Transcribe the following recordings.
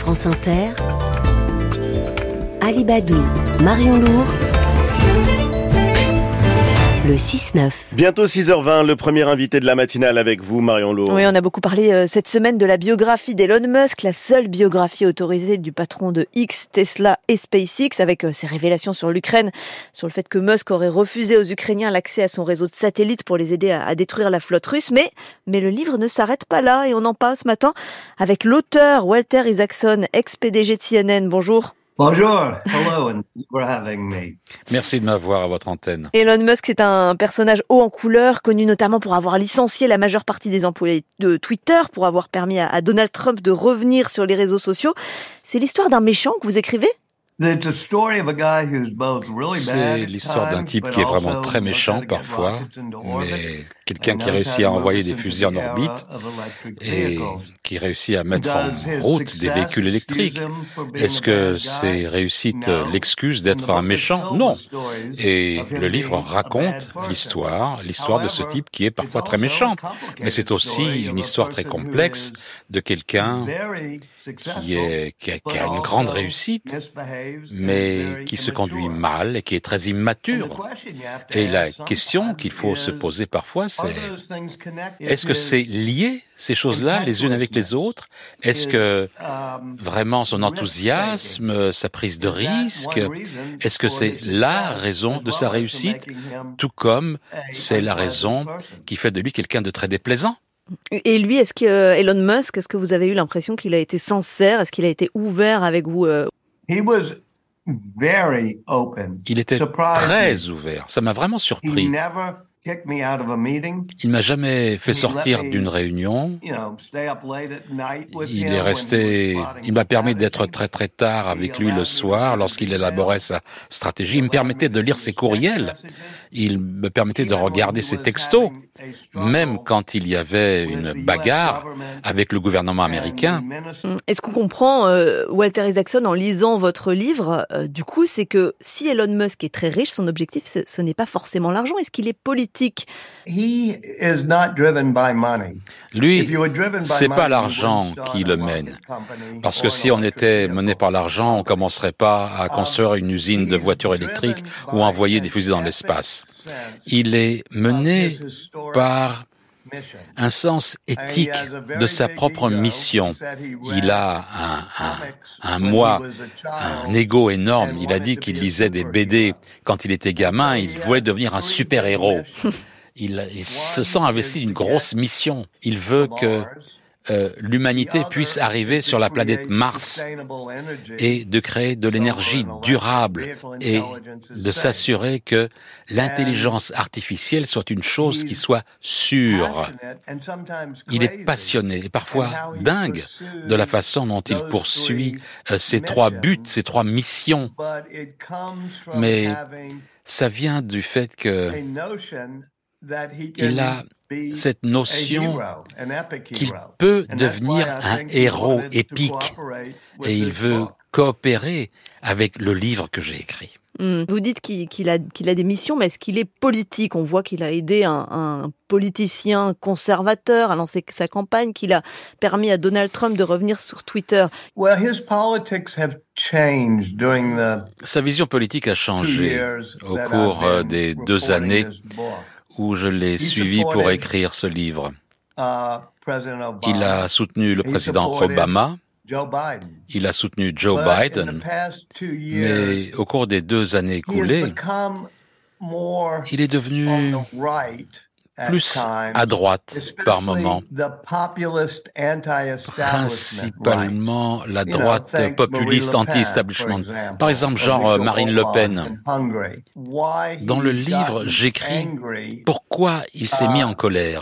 France Inter, Alibadou, Marion Lourd, le 6-9. Bientôt 6h20, le premier invité de la matinale avec vous, Marion Lourd. Oui, on a beaucoup parlé cette semaine de la biographie d'Elon Musk, la seule biographie autorisée du patron de X, Tesla et SpaceX, avec ses révélations sur l'Ukraine, sur le fait que Musk aurait refusé aux Ukrainiens l'accès à son réseau de satellites pour les aider à détruire la flotte russe. Mais le livre ne s'arrête pas là et on en parle ce matin avec l'auteur Walter Isaacson, ex-PDG de CNN. Bonjour. Bonjour, hello, and thank you for having me. Merci de m'avoir à votre antenne. Elon Musk est un personnage haut en couleur, connu notamment pour avoir licencié la majeure partie des employés de Twitter, pour avoir permis à Donald Trump de revenir sur les réseaux sociaux. C'est l'histoire d'un méchant que vous écrivez ? C'est l'histoire d'un type qui est vraiment très méchant parfois, mais quelqu'un qui réussit à envoyer des fusées en orbite et qui réussit à mettre en route des véhicules électriques. Est-ce que ces réussites l'excusent d'être un méchant ? Non. Et le livre raconte l'histoire de ce type qui est parfois très méchant. Mais c'est aussi une histoire très complexe de quelqu'un qui a une grande réussite, mais qui se conduit mal et qui est très immature. Et la question qu'il faut se poser parfois, c'est est-ce que c'est lié, ces choses-là, les unes avec les autres ? Est-ce que vraiment son enthousiasme, sa prise de risque, est-ce que c'est la raison de sa réussite, tout comme c'est la raison qui fait de lui quelqu'un de très déplaisant ? Et lui, est-ce que Elon Musk, est-ce que vous avez eu l'impression qu'il a été sincère ? Est-ce qu'il a été ouvert avec vous ? Il était très ouvert. Ça m'a vraiment surpris. Il m'a jamais fait sortir d'une réunion. Il m'a permis d'être très très tard avec lui le soir lorsqu'il élaborait sa stratégie. Il me permettait de lire ses courriels. Il me permettait de regarder ses textos. Même quand il y avait une bagarre avec le gouvernement américain. Et ce qu'on comprend, Walter Isaacson, en lisant votre livre, du coup, c'est que si Elon Musk est très riche, son objectif, ce n'est pas forcément l'argent. Est-ce qu'il est politique ? Lui, c'est pas l'argent qui le mène. Parce que si on était mené par l'argent, on commencerait pas à construire une usine de voitures électriques ou envoyer des fusées dans l'espace. Il est mené par un sens éthique de sa propre mission. Il a un ego énorme. Il a dit qu'il lisait des BD quand il était gamin. Il voulait devenir un super-héros. Il se sent investi d'une grosse mission. Il veut que l'humanité puisse arriver sur la planète Mars et de créer de l'énergie durable et de s'assurer que l'intelligence artificielle soit une chose qui soit sûre. Il est passionné et parfois dingue de la façon dont il poursuit ses trois buts, ses trois missions. Mais ça vient du fait que il a cette notion qu'il peut devenir un héros épique et il veut coopérer avec le livre que j'ai écrit. Vous dites qu'il a des missions, mais est-ce qu'il est politique ? On voit qu'il a aidé un politicien conservateur à lancer sa campagne, qu'il a permis à Donald Trump de revenir sur Twitter. Sa vision politique a changé au cours des 2 années où je l'ai suivi pour écrire ce livre. Il a soutenu le président Obama, il a soutenu Joe Biden, mais au cours des 2 années écoulées, il est devenu plus à droite par moment, principalement la droite populiste anti-establishment. Par exemple, genre Marine Le Pen. Dans le livre, j'écris pourquoi il s'est mis en colère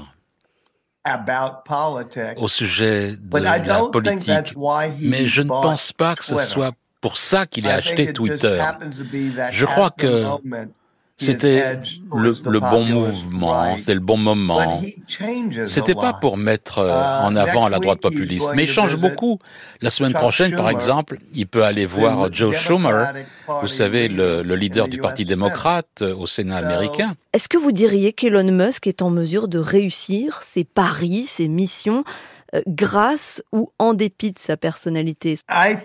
au sujet de la politique. Mais je ne pense pas que ce soit pour ça qu'il a acheté Twitter. Je crois que c'était le bon mouvement, c'était le bon moment. C'était pas pour mettre en avant la droite populiste, mais il change beaucoup. La semaine prochaine, par exemple, il peut aller voir Joe Schumer, vous savez, le leader du Parti démocrate au Sénat américain. Est-ce que vous diriez qu'Elon Musk est en mesure de réussir ses paris, ses missions grâce ou en dépit de sa personnalité?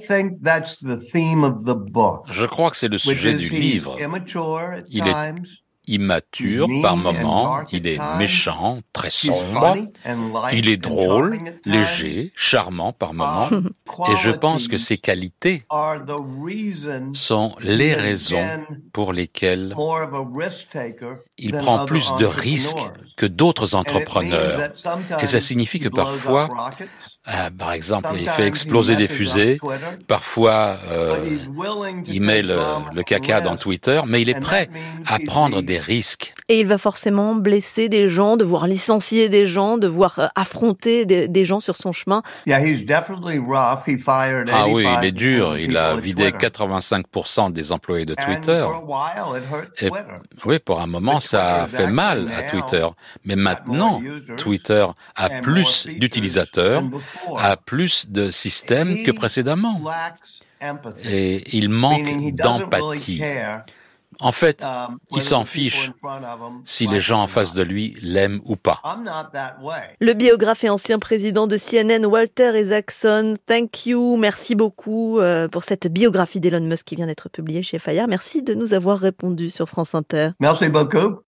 Je crois que c'est le sujet du livre. Il est immature par moments, il est méchant, très sombre, il est drôle, léger, charmant par moments, et je pense que ces qualités sont les raisons pour lesquelles il prend plus de risques que d'autres entrepreneurs. Et ça signifie que parfois, par exemple, il fait exploser des fusées, parfois il met le caca dans Twitter, mais il est prêt à prendre des risques. Et il va forcément blesser des gens, devoir licencier des gens, devoir affronter des gens sur son chemin. Ah oui, il est dur, il a vidé 85% des employés de Twitter. Et oui, pour un moment, ça a fait mal à Twitter. Mais maintenant, Twitter a plus d'utilisateurs, a plus de systèmes que précédemment. Et il manque d'empathie. En fait, il s'en fiche si les gens en face de lui l'aiment ou pas. Le biographe et ancien président de CNN, Walter Isaacson, thank you, merci beaucoup pour cette biographie d'Elon Musk qui vient d'être publiée chez Fayard. Merci de nous avoir répondu sur France Inter. Merci beaucoup.